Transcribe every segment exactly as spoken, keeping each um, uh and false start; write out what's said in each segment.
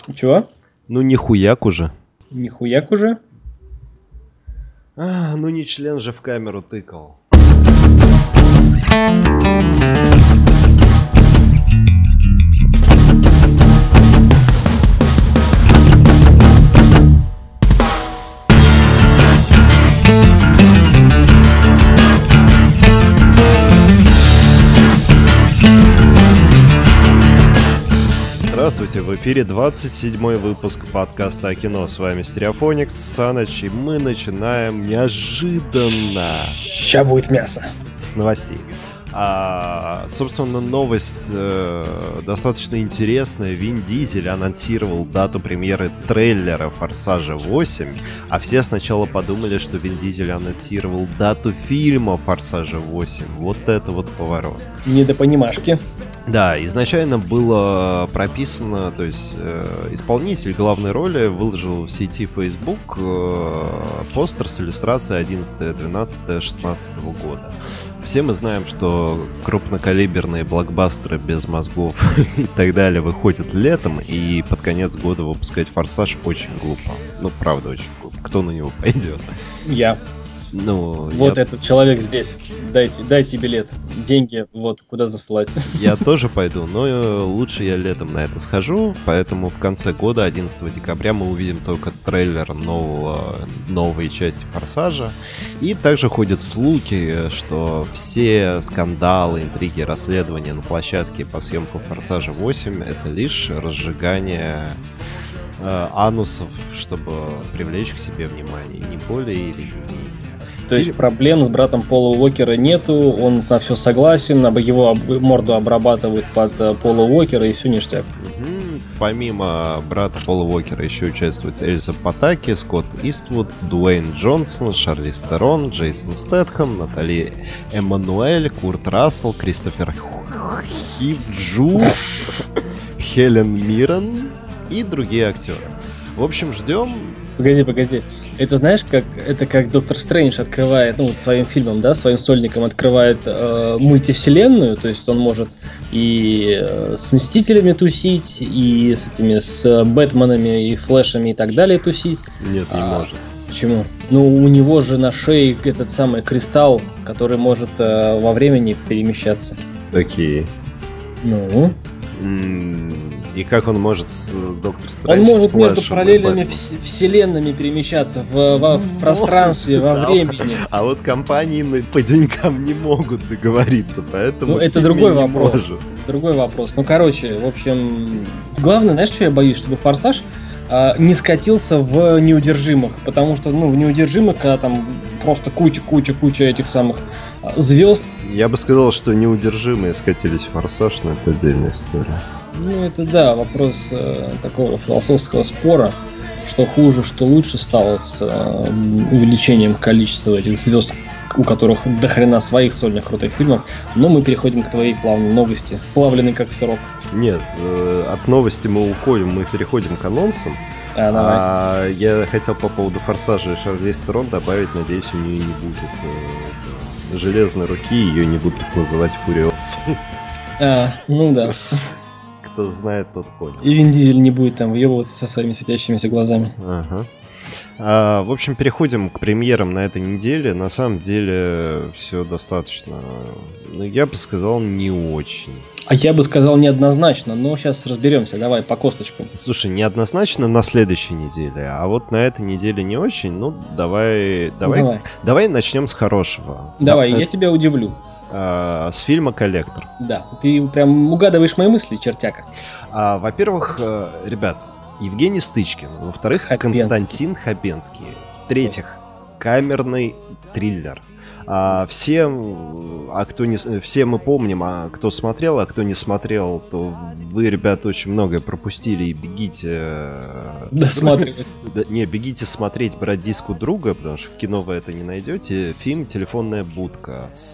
Чего? Ну, нихуяк уже. Нихуяк уже? А, ну, не член же в камеру тыкал. Здравствуйте, в эфире двадцать седьмой выпуск подкаста о кино. С вами Стереофоникс, Саныч, и мы начинаем неожиданно. Ща будет мясо. С новостей. А, собственно, новость э, достаточно интересная. Вин Дизель анонсировал дату премьеры трейлера «Форсажа восемь», а все сначала подумали, что Вин Дизель анонсировал дату фильма «Форсажа восемь». Вот это вот поворот. Недопонимашки. Да, изначально было прописано, то есть э, исполнитель главной роли выложил в сети Facebook э, постер с иллюстрацией одиннадцатого, двенадцатого, шестнадцатого года. Все мы знаем, что крупнокалиберные блокбастеры без мозгов и так далее выходят летом, и под конец года выпускать «Форсаж» очень глупо. Ну, правда, очень глупо. Кто на него пойдет? Я. Ну, вот я... этот человек здесь. Дайте, дайте билет. Деньги, вот, куда засылать. Я тоже пойду, но лучше я летом на это схожу, поэтому в конце года, одиннадцатого декабря, мы увидим только трейлер нового, новой части «Форсажа». И также ходят слухи, что все скандалы, интриги, расследования на площадке по съемкам «Форсажа восемь» — это лишь разжигание э, анусов, чтобы привлечь к себе внимание, не более или не менее. То есть проблем с братом Пола Уокера нету, он на все согласен, его морду обрабатывают под Пола Уокера, и все ништяк. Угу. Помимо брата Пола Уокера еще участвуют Эльза Патаки, Скотт Иствуд, Дуэйн Джонсон, Шарлиз Терон, Джейсон Стэтхэм, Натали Эммануэль, Курт Рассел, Кристофер Хивджу, Хелен Миррен и другие актеры. В общем, ждем. Погоди, погоди. Это знаешь, как это как Доктор Стрэндж открывает, ну, вот своим фильмом, да, своим сольником открывает э, мультивселенную, то есть он может и э, с Мстителями тусить, и с этими, с Бэтменами, и Флэшами и так далее тусить. Нет, не а, может. Почему? Ну, у него же на шее этот самый кристалл, который может э, во времени перемещаться. Окей. Ну? И как он может с Доктор Стрэндж? Он может между параллельными вс- вселенными перемещаться в, во, в пространстве, во времени. А вот компании по деньгам не могут договориться, поэтому. Ну, это другой вопрос. Может. Другой вопрос. Ну, короче, в общем, главное, знаешь, что я боюсь, чтобы «Форсаж» а, не скатился в «Неудержимых», потому что, ну, в «Неудержимых», когда там просто куча-куча-куча этих самых а, звезд. Я бы сказал, что «Неудержимые» скатились в «Форсаж», но это отдельная история. Ну, это да, вопрос э, такого философского спора, что хуже, что лучше стало с э, увеличением количества этих звезд, у которых до хрена своих сольных крутых фильмов. Но мы переходим к твоей плавной новости, плавленый как сырок. Нет, э, от новости мы уходим, мы переходим к анонсам. А, давай. А я хотел по поводу «Форсажа» и Шарлиз Терон добавить, надеюсь, у нее не будет э, железной руки, ее не будут называть Фуриосой. А, ну да. Кто знает, тот понял. И Вин Дизель не будет там въебываться со своими светящимися глазами. Ага. А, в общем, переходим к премьерам на этой неделе. На самом деле все достаточно, ну, я бы сказал, не очень. А я бы сказал неоднозначно, но сейчас разберемся. Давай по косточкам. Слушай, неоднозначно на следующей неделе, а вот на этой неделе не очень. Ну, давай, давай, давай, давай начнем с хорошего. Давай, да, я тебя удивлю. А, с фильма «Коллектор». Да, ты прям угадываешь мои мысли, чертяка. А, во-первых, ребят, Евгений Стычкин. Во-вторых, Хабенский. Константин Хабенский. В-третьих, камерный триллер. А, все, а кто не, все мы помним, а кто смотрел, а кто не смотрел, то вы, ребята, очень многое пропустили и бегите... Досматривать. Не, бегите смотреть, брать диск у друга, потому что в кино вы это не найдете. Фильм «Телефонная будка» с...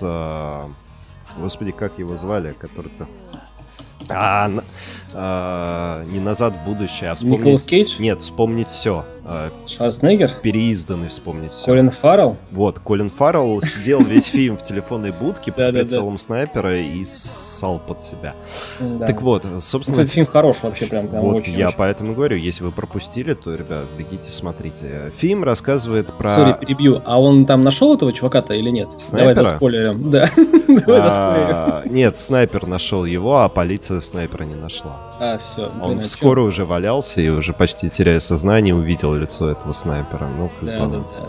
Господи, как его звали, который-то... А, а, не «Назад в будущее», а вспомнить... Николас Кейдж? Нет, «Вспомнить все». Шварценеггер? Переизданный, вспомнить все. Колин Фаррелл? Вот, Колин Фаррелл сидел весь фильм в телефонной будке под прицелом снайпера и ссал под себя. Так вот, собственно... Кстати, фильм хорош вообще, прям Вот я поэтому говорю, если вы пропустили, то, ребят, бегите, смотрите. Фильм рассказывает про... Сори, перебью. А он там нашел этого чувака-то или нет? Снайпера? Давай заспойлерим. Да. Давай заспойлерим. Нет, снайпер нашел его, а полиция снайпера не нашла. А, все. Он вскоре уже валялся и уже почти теряя сознание, увидел лицо этого снайпера. Ну, как да, бы... да, да.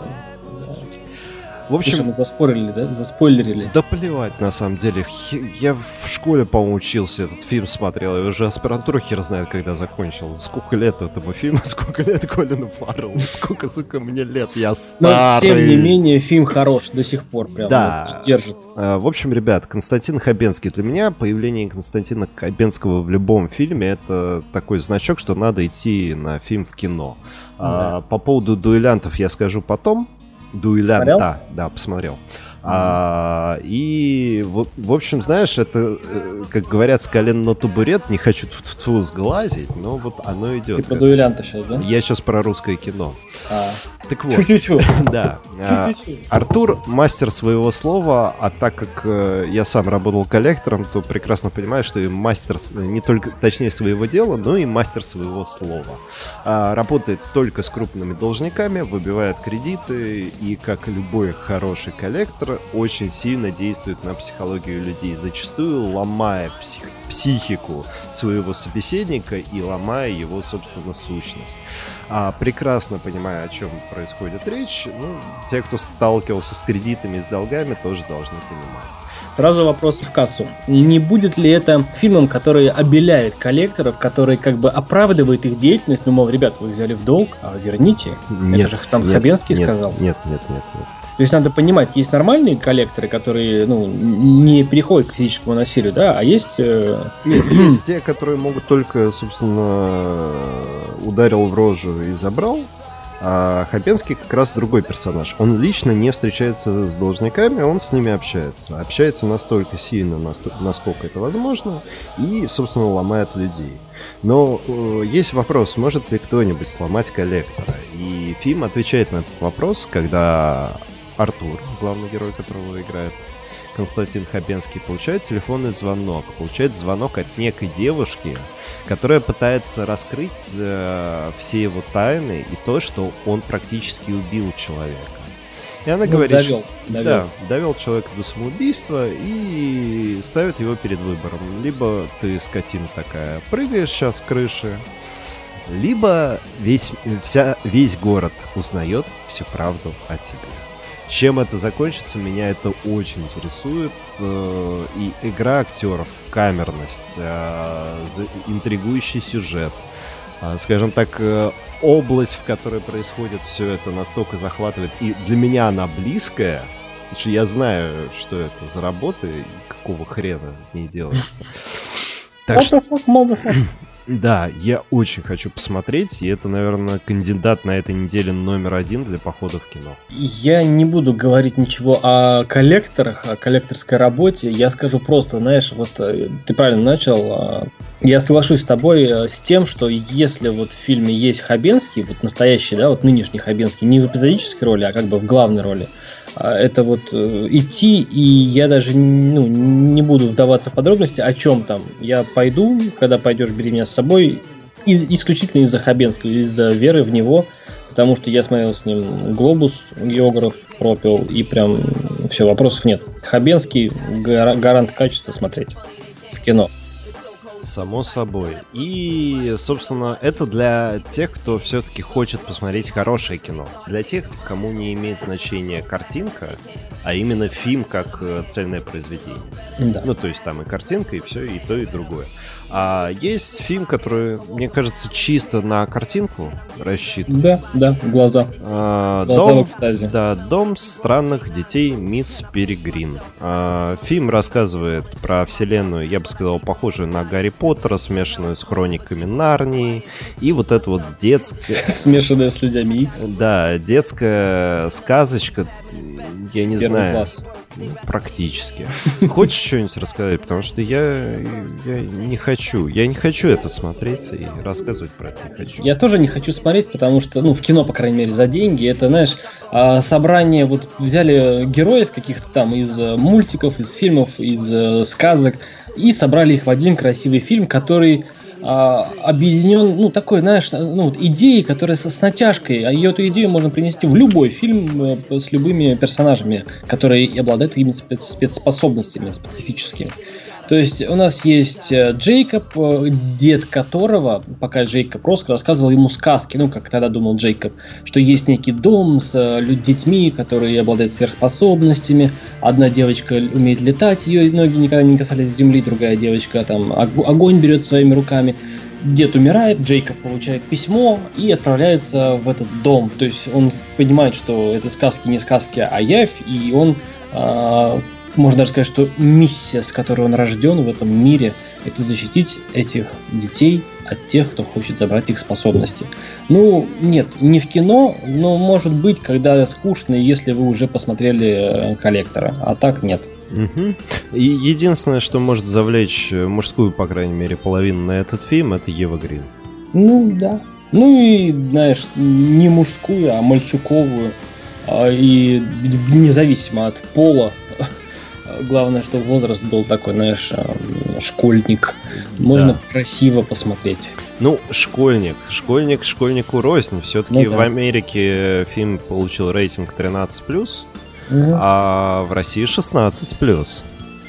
В общем... Слушай, мы заспорили, да? Заспойлерили. Да плевать, на самом деле. Я в школе, по-моему, учился, этот фильм смотрел. И уже аспирантуру хер знает, когда закончил. Сколько лет этому фильму, сколько лет Колину Фарреллу, сколько, сука, мне лет, я старый. Но, тем не менее, фильм хорош до сих пор, прям да. вот, держит. В общем, ребят, Константин Хабенский. Для меня появление Константина Хабенского в любом фильме — это такой значок, что надо идти на фильм в кино. Да. По поводу дуэлянтов я скажу потом. Дуэлянт, да, да, посмотрел. Mm-hmm. А, и, в, в общем, знаешь, это, как говорят, с колен на табурет, не хочу тут сглазить, но вот оно идет. Ты про дуэлянта сейчас, да? Я сейчас про русское кино. А. Так вот, да. Артур мастер своего слова, а так как я сам работал коллектором, то прекрасно понимаю, что и мастер не только, точнее, своего дела, но и мастер своего слова. Работает только с крупными должниками, выбивает кредиты и, как любой хороший коллектор, очень сильно действует на психологию людей, зачастую ломая псих, психику своего собеседника и ломая его, собственно, сущность. А, прекрасно понимая, о чем происходит речь, ну, те, кто сталкивался с кредитами и с долгами, тоже должны понимать. Сразу вопрос в кассу. Не будет ли это фильмом, который обеляет коллекторов, который как бы оправдывает их деятельность? Ну, мол, ребят, вы взяли в долг, а верните. Нет, это же сам нет, Хабенский нет, сказал. Нет, нет, нет, нет. То есть надо понимать, есть нормальные коллекторы, которые, ну, не переходят к физическому насилию, да, а есть... Э... Нет, есть те, которые могут только, собственно, ударил в рожу и забрал. А Хабенский как раз другой персонаж. Он лично не встречается с должниками, он с ними общается. Общается настолько сильно, насколько это возможно, и, собственно, ломает людей. Но э, есть вопрос, может ли кто-нибудь сломать коллектора? И фильм отвечает на этот вопрос, когда Артур, главный герой, которого играет Константин Хабенский, получает телефонный звонок. Получает звонок от некой девушки, которая пытается раскрыть э, все его тайны и то, что он практически убил человека. И она ну, говорит, довел, что, довел. Да, довел человека до самоубийства и ставит его перед выбором. Либо ты, скотина такая, прыгаешь сейчас с крыши, либо весь, вся, весь город узнает всю правду о тебе. Чем это закончится, меня это очень интересует. И игра актеров, камерность, интригующий сюжет, скажем так, область, в которой происходит все это, настолько захватывает. И для меня она близкая, потому что я знаю, что это за работа и какого хрена в ней делается. Так что... Да, я очень хочу посмотреть, и это, наверное, кандидат на этой неделе номер один для похода в кино. Я не буду говорить ничего о коллекторах, о коллекторской работе. Я скажу просто, знаешь, вот ты правильно начал. Я соглашусь с тобой с тем, что если вот в фильме есть Хабенский, вот настоящий, да, вот нынешний Хабенский, не в эпизодической роли, а как бы в главной роли, это вот идти, и я даже ну, не буду вдаваться в подробности, о чем там. Я пойду, когда пойдешь, бери меня с собой, и, исключительно из-за Хабенского, из-за веры в него, потому что я смотрел с ним «Глобус», географ пропил, и прям все, вопросов нет. Хабенский гар- гарант качества смотреть в кино. Само собой. И, собственно, это для тех, кто все-таки хочет посмотреть хорошее кино. Для тех, кому не имеет значения картинка, а именно фильм как цельное произведение. Да. Ну, то есть там и картинка, и все, и то, и другое. А есть фильм, который, мне кажется, чисто на картинку рассчитан. Да, да, глаза. А, глаза дом, в экстазе. Да, «Дом странных детей мисс Перегрин». А, фильм рассказывает про вселенную, я бы сказал, похожую на Гарри Поттера, смешанную с хрониками Нарнии. И вот это вот детская... Смешанная с Людьми Икс. Да, детская сказочка, я не Первый знаю... класс. Практически. Хочешь что-нибудь рассказать? Потому что я, я не хочу. Я не хочу это смотреть и рассказывать про это не хочу. Я тоже не хочу смотреть, потому что, ну, в кино, по крайней мере, за деньги. Это, знаешь, собрание, вот взяли героев каких-то там из мультиков, из фильмов, из сказок, и собрали их в один красивый фильм, который объединен, ну, такой, знаешь, ну, вот идеей, которая с, с натяжкой, а ее эту идею можно принести в любой фильм с любыми персонажами, которые обладают какими-то спец- спецспособностями специфическими. То есть у нас есть Джейкоб, дед которого, пока Джейкоб рос, рассказывал ему сказки, ну, как тогда думал Джейкоб, что есть некий дом с детьми, которые обладают сверхспособностями. Одна девочка умеет летать, ее ноги никогда не касались земли, другая девочка там огонь берет своими руками. Дед умирает, Джейкоб получает письмо и отправляется в этот дом. То есть он понимает, что это сказки не сказки, а явь, и он... Можно даже сказать, что миссия, с которой он рожден в этом мире, это защитить этих детей от тех, кто хочет забрать их способности. Ну, нет, не в кино, но может быть, когда скучно, если вы уже посмотрели «Коллектора», а так нет. Угу. И единственное, что может завлечь мужскую, по крайней мере, половину на этот фильм, это Ева Грин. Ну, да. Ну и, знаешь, не мужскую, а мальчуковую. И независимо от пола. Главное, чтобы возраст был такой, знаешь, школьник. Можно да. красиво посмотреть. Ну, школьник. Школьник школьнику рознь. Все-таки ну, да. в Америке фильм получил рейтинг тринадцать плюс, угу. а в России шестнадцать плюс.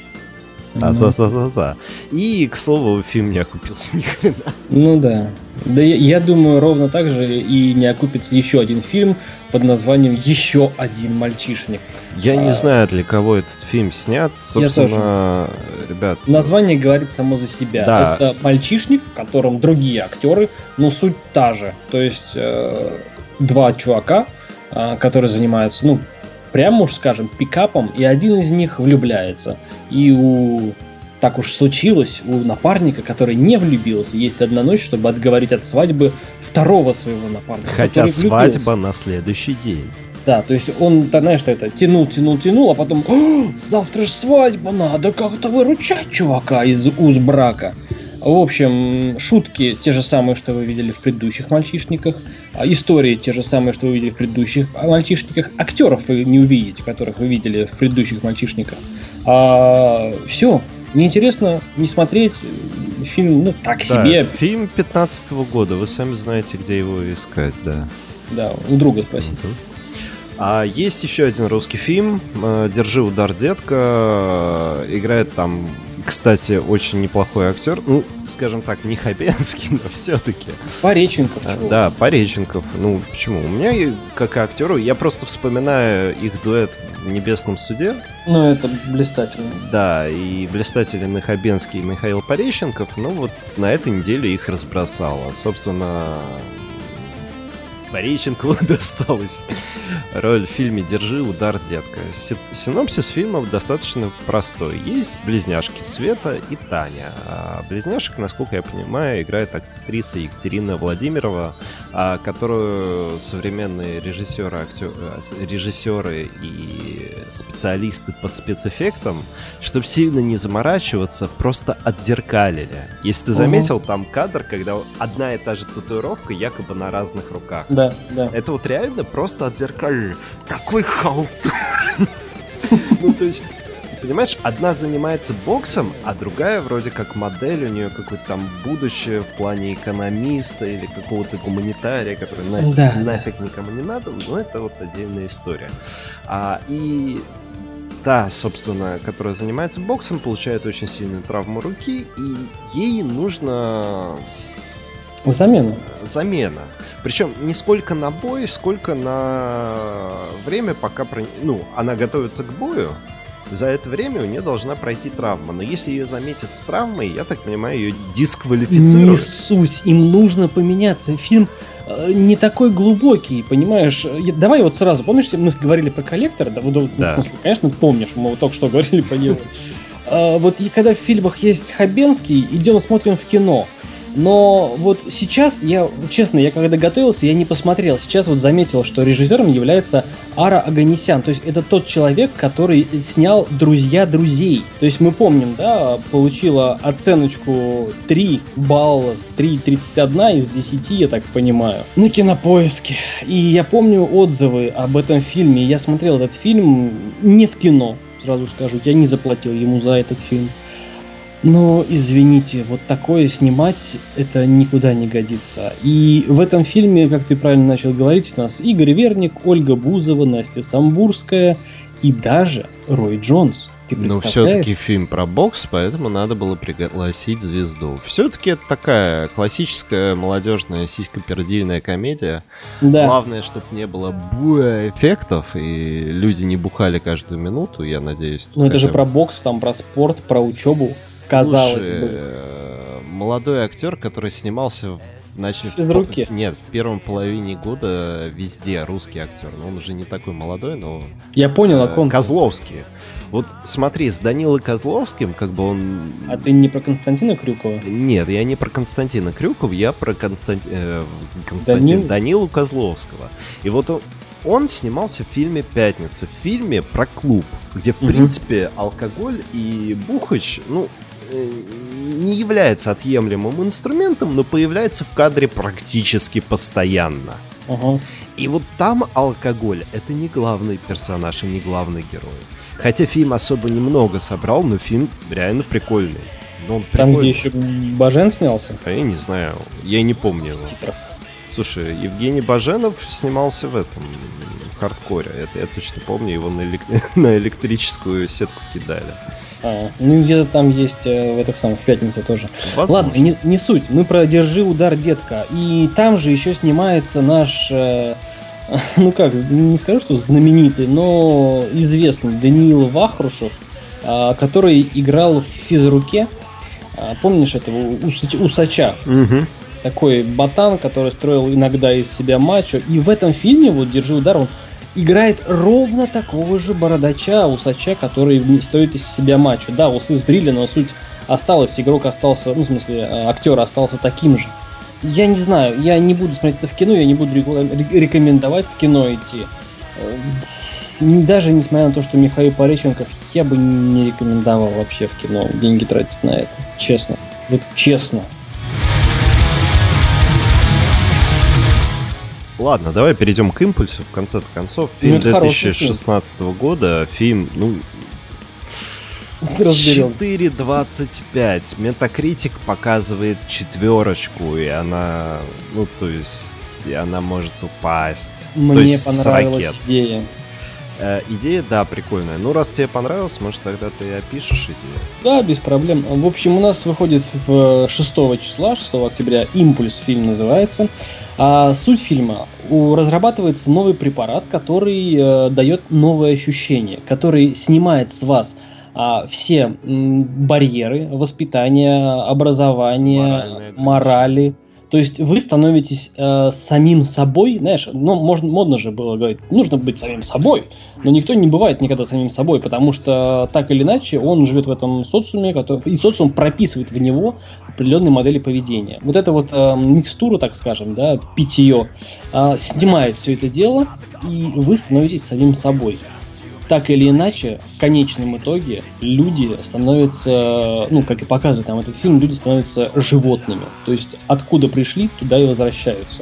А за за за за. И, к слову, фильм не окупился ни хрена. Ну да. Да я, я думаю, ровно так же и не окупится еще один фильм под названием «Еще один мальчишник». Я а... не знаю, для кого этот фильм снят. Собственно, ребят... Название говорит само за себя. Да. Это мальчишник, в котором другие актеры, но суть та же. То есть э, два чувака, э, которые занимаются, ну, прямо уж скажем, пикапом, и один из них влюбляется. И у... Так уж случилось, у напарника, который не влюбился, есть одна ночь, чтобы отговорить от свадьбы второго своего напарника. Хотя свадьба на следующий день. Да, то есть он, ты знаешь, что это, тянул, тянул, тянул, а потом завтра же свадьба, надо как-то выручать чувака из уз брака. В общем, шутки те же самые, что вы видели в предыдущих «Мальчишниках», истории те же самые, что вы видели в предыдущих «Мальчишниках», актеров вы не увидите, которых вы видели в предыдущих «Мальчишниках». А, все. Неинтересно не смотреть фильм, ну, так да, себе. Фильм пятнадцатого года, вы сами знаете, где его искать, да. Да, у друга спросите. Угу. А есть еще один русский фильм «Держи удар, детка». Играет там, кстати, очень неплохой актер. Ну, скажем так, не Хабенский, но все-таки. Пореченков. А, да, Пореченков. Ну, почему? У меня, как и актеру, я просто вспоминаю их дуэт в «Небесном суде». Ну, это блистательно. Да, и блистателен и Хабенский, и Михаил Пореченков. Ну, вот на этой неделе их разбросало. Собственно... Пореченкову досталась роль в фильме «Держи удар, детка». Синопсис фильма достаточно простой. Есть близняшки Света и Таня. А близняшек, насколько я понимаю, играет актриса Екатерина Владимирова, которую современные режиссеры, актер... режиссеры и специалисты по спецэффектам, чтобы сильно не заморачиваться, просто отзеркалили. Если ты заметил, там кадр, когда одна и та же татуировка якобы на разных руках. Да, да. Это вот реально просто отзеркалили. Какой халтур! Ну, то есть, понимаешь, одна занимается боксом, а другая вроде как модель, у нее какое-то там будущее в плане экономиста или какого-то гуманитария, который нафиг, да. нафиг никому не надо, но это вот отдельная история. А, и та, собственно, которая занимается боксом, получает очень сильную травму руки, и ей нужно... Замена. Замена. Причем не сколько на бой, сколько на время, пока про... ну, она готовится к бою. За это время у нее должна пройти травма. Но если ее заметят с травмой, я так понимаю, ее дисквалифицируют. Несусь, им нужно поменяться. Фильм э, не такой глубокий, понимаешь? Давай вот сразу, помнишь, мы говорили про «Коллектора»? Да, вот, да. В смысле, конечно, помнишь, мы вот только что говорили про него. Вот и когда в фильмах есть Хабенский, идем смотрим в кино. Но вот сейчас, я, честно, я когда готовился, я не посмотрел. Сейчас вот заметил, что режиссером является Ара Оганесян. То есть это тот человек, который снял «Друзья друзей». То есть мы помним, да, получила оценочку три балла, три тридцать один из десяти, я так понимаю, на Кинопоиске. И я помню отзывы об этом фильме. Я смотрел этот фильм не в кино, сразу скажу. Я не заплатил ему за этот фильм. Но, извините, вот такое снимать, это никуда не годится. И в этом фильме, как ты правильно начал говорить, у нас Игорь Верник, Ольга Бузова, Настя Самбурская и даже Рой Джонс. Ну, все-таки фильм про бокс, поэтому надо было пригласить звезду. Все-таки это такая классическая молодежная сиськопердильная комедия. Да. Главное, чтобы не было буа-эффектов, и люди не бухали каждую минуту, я надеюсь. Ну, это хотя... же про бокс, там, про спорт, про учебу, Слушай, казалось бы. Молодой актер, который снимался в Начав... Из руки? Нет, в первом половине года везде русский актер. Но он уже не такой молодой, но... Я понял, о ком. Козловский. Вот смотри, с Данилой Козловским, как бы он... А ты не про Константина Крюкова? Нет, я не про Константина Крюкова, я про Константи... э, Константин... Данил... Данилу Козловского. И вот он, он снимался в фильме «Пятница», в фильме про клуб, где, в угу. принципе, алкоголь и бухач, ну, не является отъемлемым инструментом, но появляется в кадре практически постоянно. Угу. И вот там алкоголь — это не главный персонаж и не главный герой. Хотя фильм особо немного собрал, но фильм реально прикольный. Но он там, прикольный. Где еще Бажен снялся? А я не знаю, я не помню его. Слушай, Евгений Баженов снимался в этом, в «Хардкоре». Это я точно помню, его на, элек... на электрическую сетку кидали. А, ну где-то там есть э, в этой самой в «Пятнице» тоже. Возможно. Ладно, не, не суть. Мы про «Держи удар, детка». И там же еще снимается наш... Э, ну как, не скажу, что знаменитый, но известный Даниил Вахрушев, а, который играл в «Физруке». А, помнишь этого усач, усача? Угу. Такой ботан, который строил иногда из себя мачо. И в этом фильме, вот «Держи удар», он играет ровно такого же бородача, усача, который строит из себя мачо. Да, усы сбрили, но суть осталась, игрок остался, ну, в смысле, актер остался таким же. Я не знаю, я не буду смотреть это в кино, я не буду рекомендовать в кино идти. Даже несмотря на то, что Михаил Пореченков, я бы не рекомендовал вообще в кино деньги тратить на это. Честно. Вот честно. Ладно, давай перейдем к «Импульсу». В конце концов, фильм ну, две тысячи шестнадцатого года, фильм, ну... четыре двадцать пять. Метакритик показывает четверочку, и она, ну, то есть, и она может упасть. Мне понравилась идея. Э, идея, да, прикольная. Ну, раз тебе понравилось, может, тогда ты и опишешь идею. Да, без проблем. В общем, у нас выходит в шестого числа, шестого октября, «Импульс» фильм называется. А суть фильма. У, разрабатывается новый препарат, который э, дает новые ощущения, который снимает с вас а, все м, барьеры воспитания, образования, морали. То есть вы становитесь э, самим собой, знаешь, ну, можно, модно же было говорить, нужно быть самим собой, но никто не бывает никогда самим собой, потому что так или иначе он живет в этом социуме, который, и социум прописывает в него определенные модели поведения. Вот эта вот э, микстура, так скажем, да, питье, э, снимает все это дело, и вы становитесь самим собой. Так или иначе, в конечном итоге люди становятся, ну, как и показывает нам этот фильм, люди становятся животными. То есть, откуда пришли, туда и возвращаются.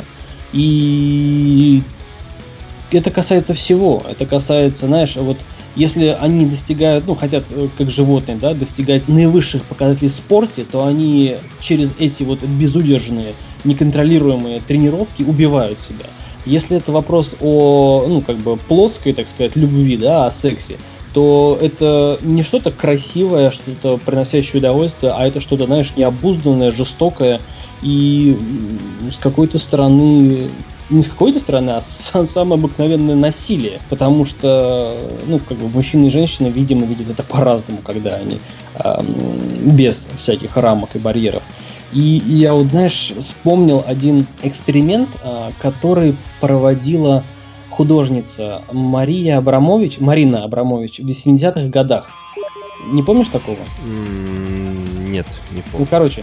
И это касается всего. Это касается, знаешь, вот если они достигают, ну, хотят, как животные, да, достигать наивысших показателей в спорте, то они через эти вот безудержные, неконтролируемые тренировки убивают себя. Если это вопрос о, ну, как бы плоской, так сказать, любви, да, о сексе, то это не что-то красивое, что-то приносящее удовольствие, а это что-то, знаешь, необузданное, жестокое и с какой-то стороны, не с какой-то стороны, а с, самое обыкновенное насилие, потому что, ну, как бы мужчины и женщины, видимо, видят это по-разному, когда они э, без всяких рамок и барьеров. И я вот, знаешь, вспомнил один эксперимент, который проводила художница Мария Абрамович, Марина Абрамович в восьмидесятых годах. Не помнишь такого? Нет, не помню. Ну, короче,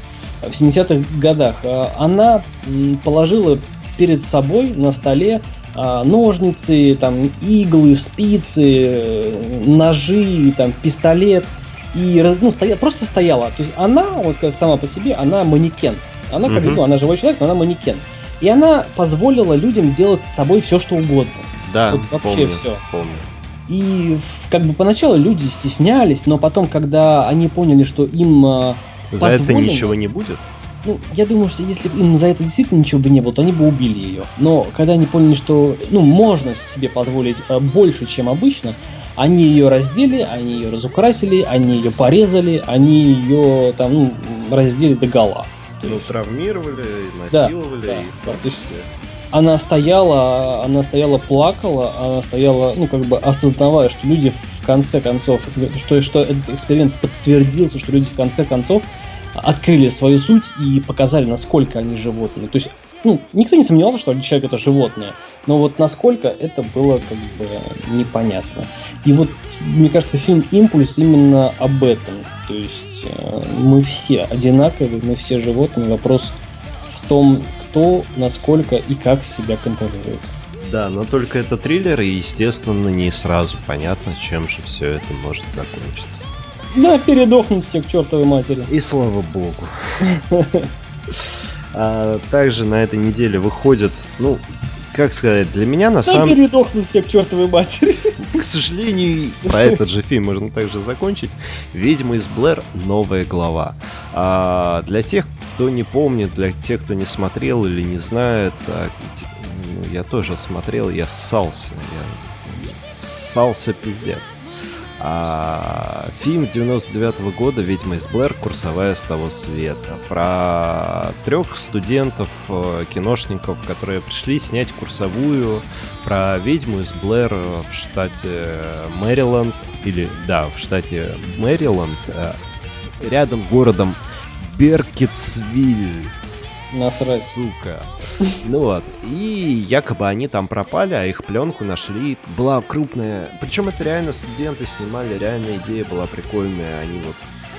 в семидесятых годах, она положила перед собой на столе ножницы, там, иглы, спицы, ножи, там, пистолет. И ну, стоя, просто стояла. То есть она, вот сама по себе, она манекен. Она как бы, mm-hmm. ну, она живой человек, но она манекен. И она позволила людям делать с собой все, что угодно. Да, вот вообще помню, все. помню. И как бы поначалу люди стеснялись, но потом, когда они поняли, что им э, за позволено, это ничего не будет? Ну, я думаю, что если бы им за это действительно ничего бы не было, то они бы убили ее. Но когда они поняли, что ну, можно себе позволить э, больше, чем обычно, они ее раздели, они ее разукрасили, они ее порезали, они ее там, ну, раздели догола. Ну, травмировали, насиловали. Да, и да, да. Она стояла, она стояла, плакала, она стояла, ну, как бы осознавая, что люди в конце концов, что, что этот эксперимент подтвердился, что люди в конце концов открыли свою суть и показали, насколько они животные. То есть, ну, никто не сомневался, что человек это животное, но вот насколько это было как бы непонятно. И вот, мне кажется, фильм «Импульс» именно об этом. То есть э, мы все одинаковые, мы все животные. Вопрос в том, кто, насколько и как себя контролирует. Да, но только это триллер, и, естественно, не сразу понятно, чем же все это может закончиться. Да, передохнуть все к чертовой матери. И слава богу. А также на этой неделе выходит, ну, как сказать, для меня на самом деле... Да, передохнуть все к чертовой матери. К сожалению, про этот же фильм можно также закончить. «Ведьма из Блэр. Новая глава». А для тех, кто не помнит, для тех, кто не смотрел или не знает, так, ну, я тоже смотрел, я ссался. Я ссался пиздец. А, фильм девяносто девятого года «Ведьма из Блэр. Курсовая с того света». Про трех студентов, киношников, которые пришли снять курсовую про ведьму из Блэр в штате Мэриленд. Или, да, в штате Мэриленд, рядом с городом Беркетсвиль. Насрать. Сука. Ну вот. И якобы они там пропали, а их пленку нашли. Была крупная... Причем это реально студенты снимали, реальная идея была прикольная. Они вот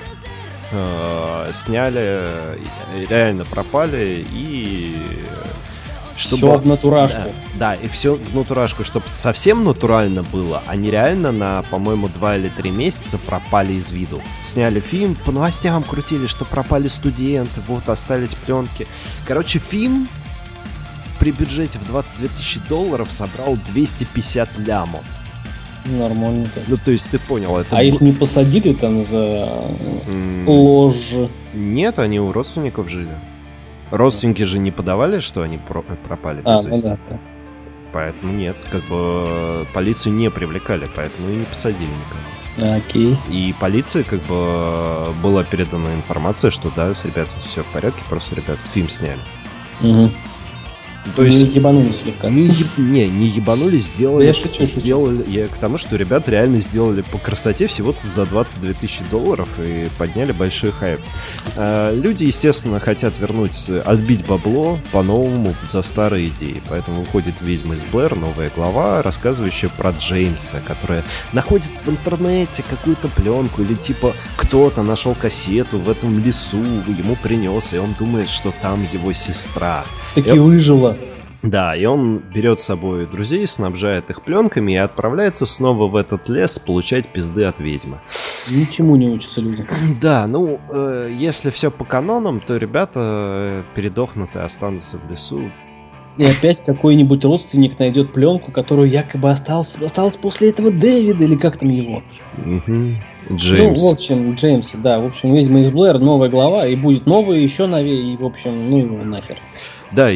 э, сняли, реально пропали и... Чтобы... Все в натурашку. Да, да, и все в натурашку, чтобы совсем натурально было. Они реально на, по-моему, два или три месяца пропали из виду. Сняли фильм, по новостям крутили, что пропали студенты, вот, остались пленки. Короче, фильм при бюджете в двадцать две тысячи долларов собрал двести пятьдесят лямов. Нормально так. Ну, то есть, ты понял, это... А их не посадили там за mm. ложь? Нет, они у родственников жили. Родственники же не подавали, что они пропали без вести. А, ну да, да. Поэтому нет, как бы полицию не привлекали, поэтому и не посадили никого. Окей. И полиции как бы была передана информация, что да, с ребятами все в порядке, просто ребят фильм сняли. Угу. То есть не ебанулись слегка. Не, не, не ебанулись, сделали, я шучу, сделали я к тому, что ребята реально сделали по красоте всего-то за двадцать две тысячи долларов и подняли большой хайп. А, люди, естественно, хотят вернуть, отбить бабло по-новому за старые идеи, поэтому выходит «Ведьма из Блэр», новая глава, рассказывающая про Джеймса, которая находит в интернете какую-то пленку или типа кто-то нашел кассету в этом лесу, ему принес, и он думает, что там его сестра. Так и выжила. Да, и он берет с собой друзей, снабжает их пленками и отправляется снова в этот лес получать пизды от ведьмы. Ничему не учатся люди. Да, ну, э, если все по канонам, то ребята передохнут и останутся в лесу. И опять какой-нибудь родственник найдет пленку, которую якобы осталось, осталось после этого Дэвида, или как там его? Угу. Джеймс. Ну, в общем, Джеймс, да. В общем, «Ведьма из Блэр», новая глава, и будет новая, еще новее, и, в общем, ну его нахер. Да,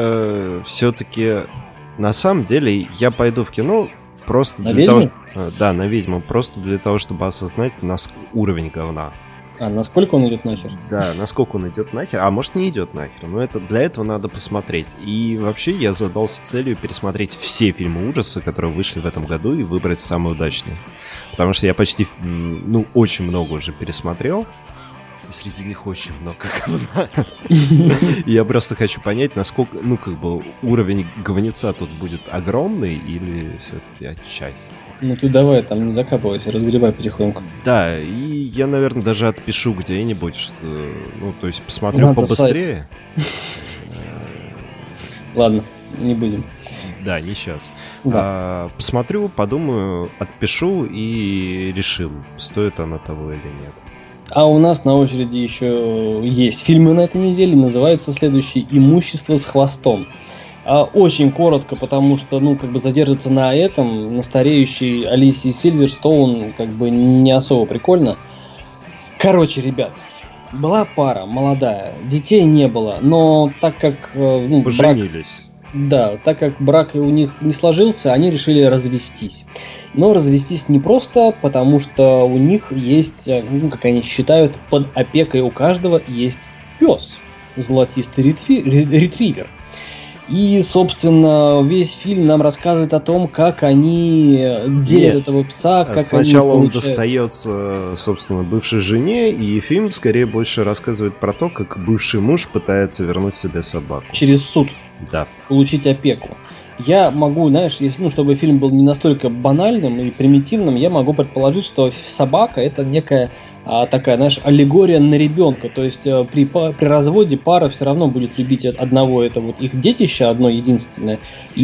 я все-таки, на самом деле, я пойду в кино просто на для ведьму? того, да, на ведьму, просто для того, чтобы осознать нас уровень говна. А насколько он идет нахер? Да, насколько он идет нахер, а может не идет нахер, но это для этого надо посмотреть. И вообще я задался целью пересмотреть все фильмы ужаса, которые вышли в этом году, и выбрать самые удачные. Потому что я почти, ну, очень много уже пересмотрел. и среди них очень много говна. Я просто хочу понять, насколько, ну, как бы, уровень говнеца тут будет огромный или все-таки отчасти. Ну ты давай, там не закапывайся, разгребай потихоньку. Да, и я, наверное, даже отпишу где-нибудь, что, ну, то есть посмотрю Надо побыстрее. Ладно, не будем. Да, не сейчас. Да. А, посмотрю, подумаю, отпишу и решим, стоит оно того или нет. А у нас на очереди еще есть фильмы на этой неделе, называется следующий «Имущество с хвостом». А, очень коротко, потому что, ну, как бы задержаться на этом, на стареющей Алисии Сильверстоун, как бы не особо прикольно. Короче, ребят, была пара молодая, детей не было, но так как... Ну, поженились. Брак, да, так как брак у них не сложился, они решили развестись. Но развестись не просто, потому что у них есть, ну, как они считают, под опекой у каждого есть пес, золотистый ретри- ретривер. И, собственно, весь фильм нам рассказывает о том, как они делят Нет. этого пса, как Сначала они он достается, собственно, бывшей жене, и фильм скорее больше рассказывает про то, как бывший муж пытается вернуть себе собаку. Через суд. Да. Получить опеку. Я могу, знаешь, если, ну, чтобы фильм был не настолько банальным и примитивным, я могу предположить, что собака — это некая а, такая, знаешь, аллегория на ребенка. То есть а, при, при разводе пара все равно будет любить одного, это вот их детище одно единственное.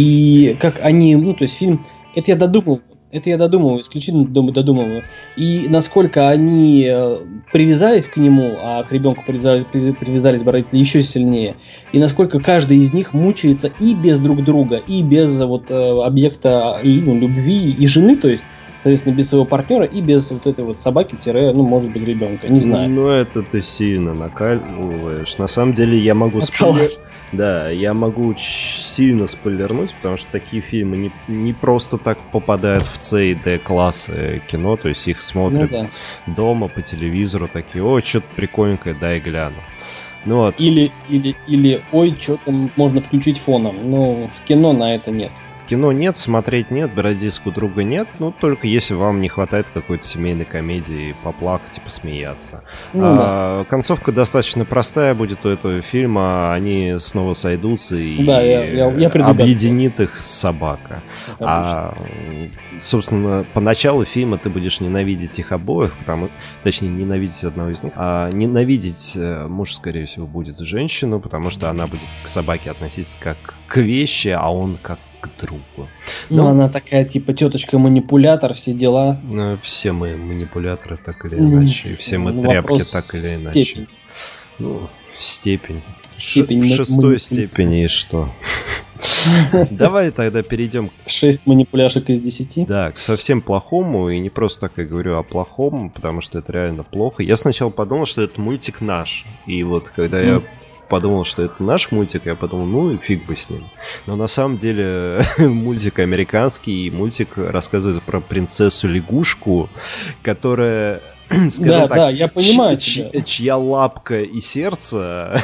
И как они, ну, то есть фильм, это я додумал. Это я додумываю, исключительно додумываю. И насколько они привязались к нему, а к ребенку привязались, привязались родители еще сильнее. И насколько каждый из них мучается и без друг друга, и без вот объекта, ну, любви и жены, то есть, соответственно, без своего партнера и без вот этой вот собаки, ну, может быть, ребенка. Не знаю. Ну, это ты сильно накаливаешь. На самом деле я могу спойлернуть. Да, я могу сильно спойлернуть, потому что такие фильмы не, не просто так попадают в С и Д классы кино, то есть их смотрят ну, да. дома по телевизору, такие, о, что-то прикольненькое, дай гляну. Ну, вот. Или, или, или, ой, что там можно включить фоном, но в кино на это нет. Кино нет, смотреть нет, брать диск у друга нет, ну, только если вам не хватает какой-то семейной комедии, поплакать и посмеяться. Ну, а, да. Концовка достаточно простая будет у этого фильма, они снова сойдутся и да, я, я, я объединит их собака. А, собственно, по началу фильма ты будешь ненавидеть их обоих, потому, точнее, ненавидеть одного из них, а ненавидеть муж, скорее всего, будет женщину, потому что она будет к собаке относиться как к вещи, а он как к другу. Ну, ну, она такая, типа, теточка-манипулятор, все дела. Все мы манипуляторы, так или иначе. Все мы ну, тряпки, так или иначе. Степень. Ну, степень. степень в шестой степени и что? Давай тогда перейдем... Шесть манипуляшек из десяти? Да, к совсем плохому, и не просто так я говорю о плохом, потому что это реально плохо. Я сначала подумал, что это мультик наш. И вот когда я подумал, что это наш мультик, я подумал, ну и фиг бы с ним. Но на самом деле мультик американский, и мультик рассказывает про принцессу-лягушку, которая... Скажем да, так, да, я понимаю ч- тебя. чья лапка и сердце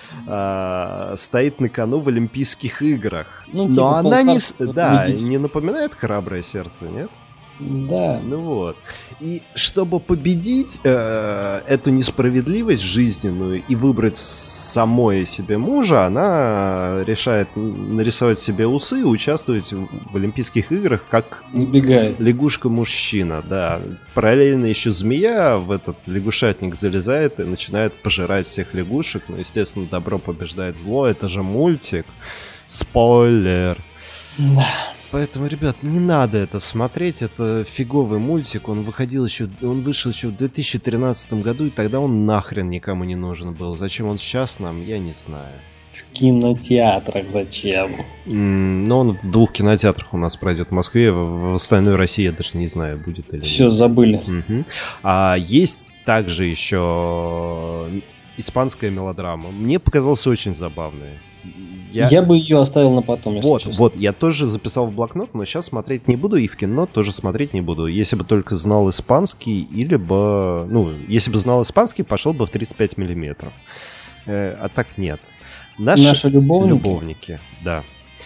стоит на кону в Олимпийских играх. Ну, типа но она не, да, победить. не напоминает храброе сердце, нет? Да. Ну вот. И чтобы победить э, эту несправедливость жизненную и выбрать самой себе мужа, она решает нарисовать себе усы и участвовать в Олимпийских играх как Избегает. лягушка-мужчина. Да. Параллельно еще змея в этот лягушатник залезает и начинает пожирать всех лягушек. Ну, естественно, добро побеждает зло. Это же мультик. Спойлер. Да. Поэтому, ребят, не надо это смотреть, это фиговый мультик, он выходил еще, он вышел еще в две тысячи тринадцатом году, и тогда он нахрен никому не нужен был. Зачем он сейчас нам, я не знаю. В кинотеатрах зачем? Mm, но он в двух кинотеатрах у нас пройдет в Москве, в остальной России я даже не знаю, будет или Все, нет. забыли. Mm-hmm. А есть также еще испанская мелодрама. Мне показалась очень забавной. Я... я бы ее оставил на потом, если Вот, честно. вот, я тоже записал в блокнот, но сейчас смотреть не буду, и в кино тоже смотреть не буду. Если бы только знал испанский, или бы... Ну, если бы знал испанский, пошел бы в тридцать пять миллиметров. Э, а так нет. Наши, Наши любовники? Любовники, да.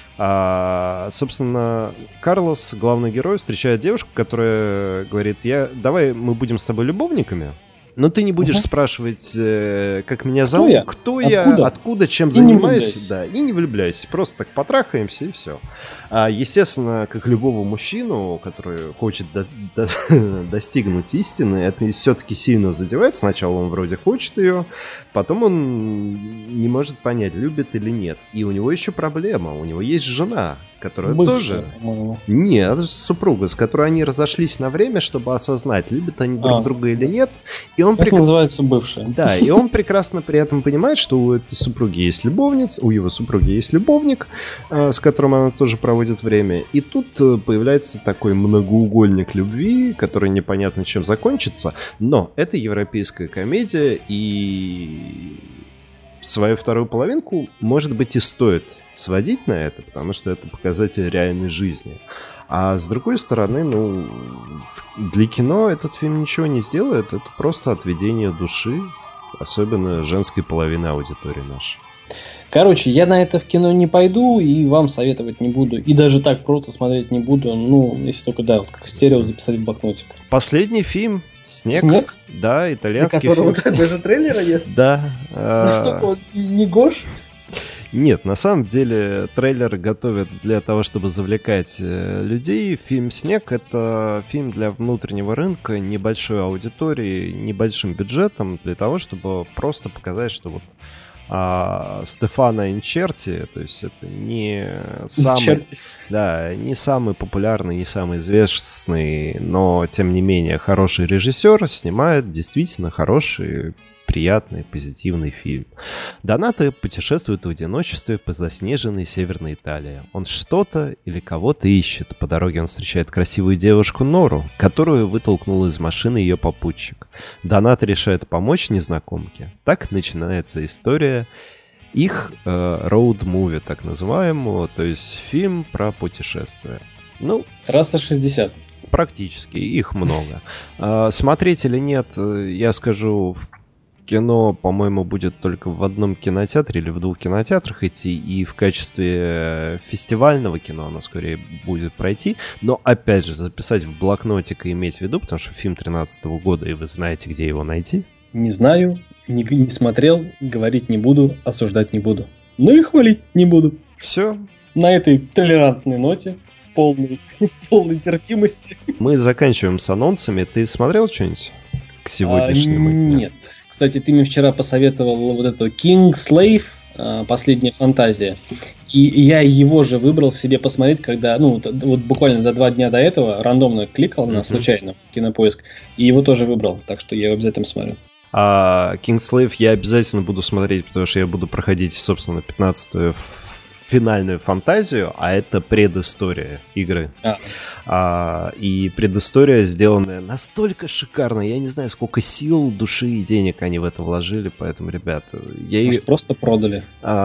А, собственно, Карлос, главный герой, встречает девушку, которая говорит, я, давай мы будем с тобой любовниками. Но ты не будешь угу. спрашивать, э, как меня зовут, кто я, кто я откуда? откуда, чем и занимаюсь. Да, и не влюбляйся. Просто так потрахаемся и все. А, естественно, как любого мужчину, который хочет до, до, достигнуть истины, это все-таки сильно задевает. Сначала он вроде хочет ее, потом он не может понять, любит или нет. И у него еще проблема. У него есть жена, которая Быстро, тоже... По-моему. Нет, супруга, с которой они разошлись на время, чтобы осознать, любят они друг а. друга или нет. И он Это прек... называется бывшая. Да, и он прекрасно при этом понимает, что у этой супруги есть любовница, у его супруги есть любовник, с которым она тоже проводит время. И тут появляется такой многоугольник любви, который непонятно чем закончится. Но это европейская комедия, и... свою вторую половинку, может быть, и стоит сводить на это, потому что это показатель реальной жизни. А с другой стороны, ну, для кино этот фильм ничего не сделает, это просто отведение души, особенно женской половины аудитории нашей. Короче, я на это в кино не пойду и вам советовать не буду. И даже так просто смотреть не буду, ну, если только, да, вот как стерео записать в блокнотик. Последний фильм «Снег». «Снег»? Да, итальянский фильм. Которого даже трейлера нет? Да. Настолько он не Гош? Нет, на самом деле трейлер готовят для того, чтобы завлекать людей. Фильм «Снег» — это фильм для внутреннего рынка, небольшой аудитории, небольшим бюджетом, для того, чтобы просто показать, что вот а, Стефано Инчерти, то есть это не самый, да, не самый популярный, не самый известный, но тем не менее хороший режиссер снимает действительно хороший, приятный, позитивный фильм. Донато путешествует в одиночестве по заснеженной северной Италии. Он что-то или кого-то ищет. По дороге он встречает красивую девушку Нору, которую вытолкнул из машины ее попутчик. Донато решает помочь незнакомке. Так начинается история их роуд-муви, э, так называемого, то есть фильм про путешествия. Ну, трасса шестьдесят. Практически, их много. Э, смотреть или нет, я скажу... Кино, по-моему, будет только в одном кинотеатре или в двух кинотеатрах идти, и в качестве фестивального кино оно скорее будет пройти. Но, опять же, записать в блокнотик и иметь в виду, потому что фильм тринадцатого года, и вы знаете, где его найти. Не знаю, не, не смотрел, говорить не буду, осуждать не буду. Ну и хвалить не буду. Все. На этой толерантной ноте, полной, полной терпимости. Мы заканчиваем с анонсами. Ты смотрел что-нибудь к сегодняшнему дню? Нет. Кстати, ты мне вчера посоветовал вот это King Slave, последняя фантазия. И я его же выбрал себе посмотреть, когда, ну, вот буквально за два дня до этого рандомно кликал на случайно в Кинопоиск, и его тоже выбрал, так что я его обязательно смотрю. А King Slave я обязательно буду смотреть, потому что я буду проходить, собственно, пятнадцатую финальную фантазию, а это предыстория игры. А. А, и предыстория сделанная настолько шикарно, я не знаю, сколько сил, души и денег они в это вложили, поэтому, ребята, я Может, ее... просто продали?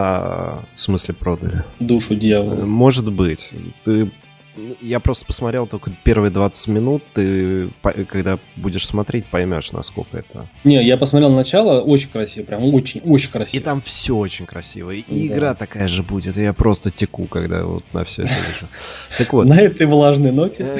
А, в смысле продали? Душу дьявола. Может быть. Ты... Я просто посмотрел только первые двадцать минут, ты, когда будешь смотреть, поймешь, насколько это... Не, я посмотрел начало, очень красиво, прям очень-очень красиво. И там все очень красиво, и да. Игра такая же будет, я просто теку, когда вот на все это вижу. Так вот. На этой влажной ноте.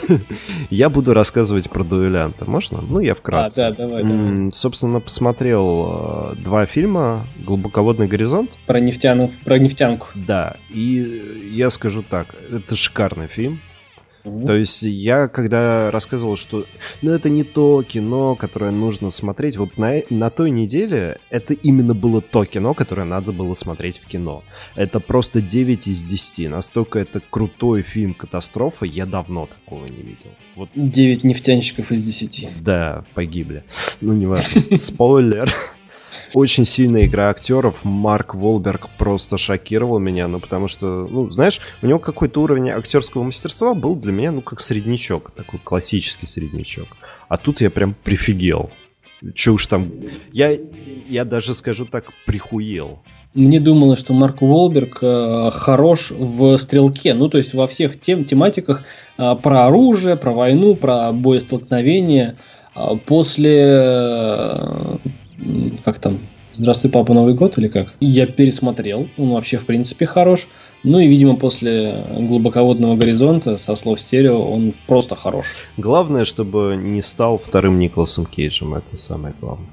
Я буду рассказывать про дуэлянта, можно? Ну, я вкратце. А, да, давай, давай. Собственно, посмотрел два фильма «Глубоководный горизонт». Про нефтянку. Про нефтянку. Да, и я скажу так, это шикарный фильм. Mm-hmm. То есть я, когда рассказывал, что ну, это не то кино, которое нужно смотреть, вот на, на той неделе это именно было то кино, которое надо было смотреть в кино. Это просто девять из десяти. Настолько это крутой фильм «Катастрофа», я давно такого не видел. Вот. девять нефтянщиков из десяти. Да, погибли. Ну, неважно. Спойлер. Очень сильная игра актеров. Марк Уолберг просто шокировал меня, ну, потому что, ну, знаешь, у него какой-то уровень актерского мастерства был для меня, ну, как среднячок, такой классический среднячок. А тут я прям прифигел. Че уж там, я, я даже скажу так, прихуел. Мне думалось, что Марк Уолберг э, хорош в стрелке, ну, то есть во всех тем, тематиках э, про оружие, про войну, про боестолкновение. Э, после... Э, как там, «Здравствуй, папа, Новый год» или как? Я пересмотрел, он вообще в принципе хорош. Ну и, видимо, после «Глубоководного горизонта» со слов стерео он просто хорош. Главное, чтобы не стал вторым Николасом Кейджем, это самое главное.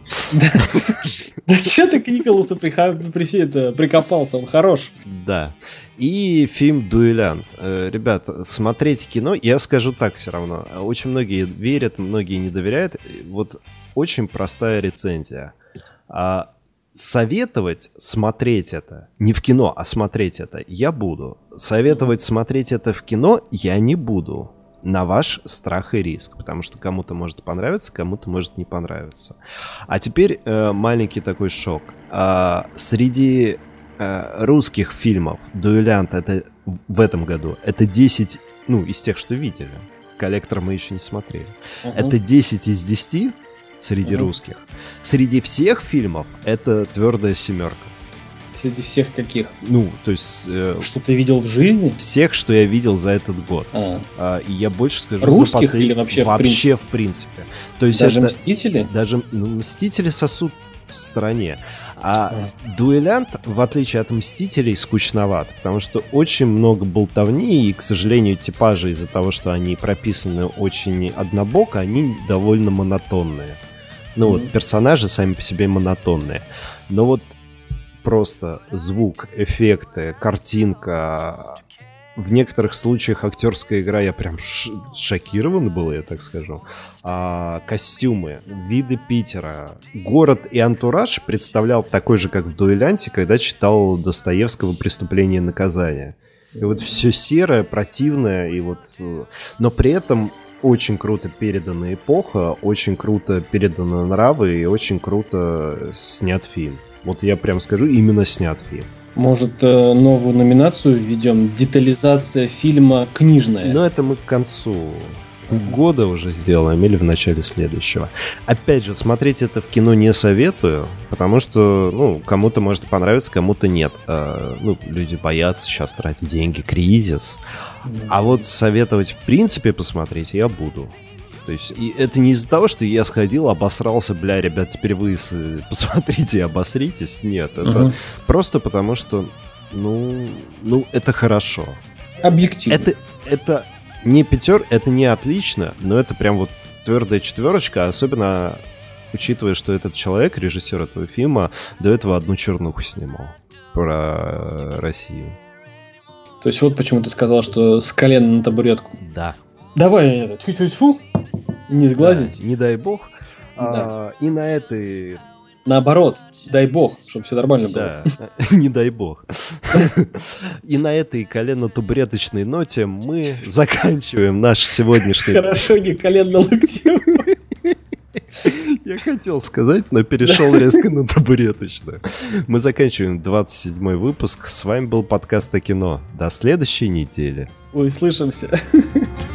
Да че ты к Николасу прикопался, он хорош. Да. И фильм «Дуэлянт». Ребята, смотреть кино, я скажу так все равно. Очень многие верят, многие не доверяют. Вот очень простая рецензия. Советовать смотреть это, не в кино, а смотреть это, я буду. Советовать смотреть это в кино я не буду. На ваш страх и риск. Потому что кому-то может понравиться, кому-то может не понравиться. А теперь э, маленький такой шок. Э, среди э, русских фильмов «Дуэлянт» это в этом году, это десять, ну, из тех, что видели. «Коллектор» мы еще не смотрели. Uh-huh. Это десять из десяти среди uh-huh. русских. Среди всех фильмов это твердая семерка. Среди всех каких? Ну, то есть... Э, что ты видел в жизни? Всех, что я видел за этот год. А. А, и я больше скажу... Русских за послед... или вообще, вообще в принципе? в принципе. То есть даже это... «Мстители»? Даже ну, «Мстители» сосут в стороне. А, а «Дуэлянт», в отличие от «Мстителей», скучноват. Потому что очень много болтовни, и, к сожалению, типажи из-за того, что они прописаны очень однобоко, они довольно монотонные. Ну mm-hmm. вот, персонажи сами по себе монотонные. Но вот просто звук, эффекты, картинка, в некоторых случаях актерская игра, я прям ш- шокирован был, я так скажу. А, костюмы, виды Питера, город и антураж представлял такой же, как в «Дуэлянте», когда читал Достоевского «Преступление и наказание». И вот все серое, противное, и вот... но при этом очень круто передана эпоха, очень круто переданы нравы и очень круто снят фильм. Вот я прям скажу, именно снят фильм. Может, новую номинацию введем? Детализация фильма книжная. Но это мы к концу года уже сделаем или в начале следующего. Опять же, смотреть это в кино не советую, потому что, ну, кому-то может понравиться, кому-то нет. А, ну, люди боятся сейчас тратить деньги, кризис. А вот советовать в принципе посмотреть я буду. То есть, и это не из-за того, что я сходил, обосрался, бля, ребят, теперь вы посмотрите и обосритесь. Нет, это угу. просто потому, что, ну, ну, это хорошо. Объективно. Это, это не пятер, это не отлично, но это прям вот твердая четверочка, особенно учитывая, что этот человек, режиссер этого фильма, до этого одну чернуху снимал про Россию. То есть вот почему ты сказал, что с колена на табуретку. Да. Давай это, тьфу-тьфу-тьфу, не сглазить. Да, не дай бог. Да. А, и на этой... Наоборот, дай бог, чтобы все нормально было. Да, не дай бог. И на этой колено-табуреточной ноте мы заканчиваем наш сегодняшний... Хорошо, не коленно-локтевой. Я хотел сказать, но перешел резко на табуреточную. Мы заканчиваем двадцать седьмой выпуск. С вами был подкаст о кино. До следующей недели. Услышимся.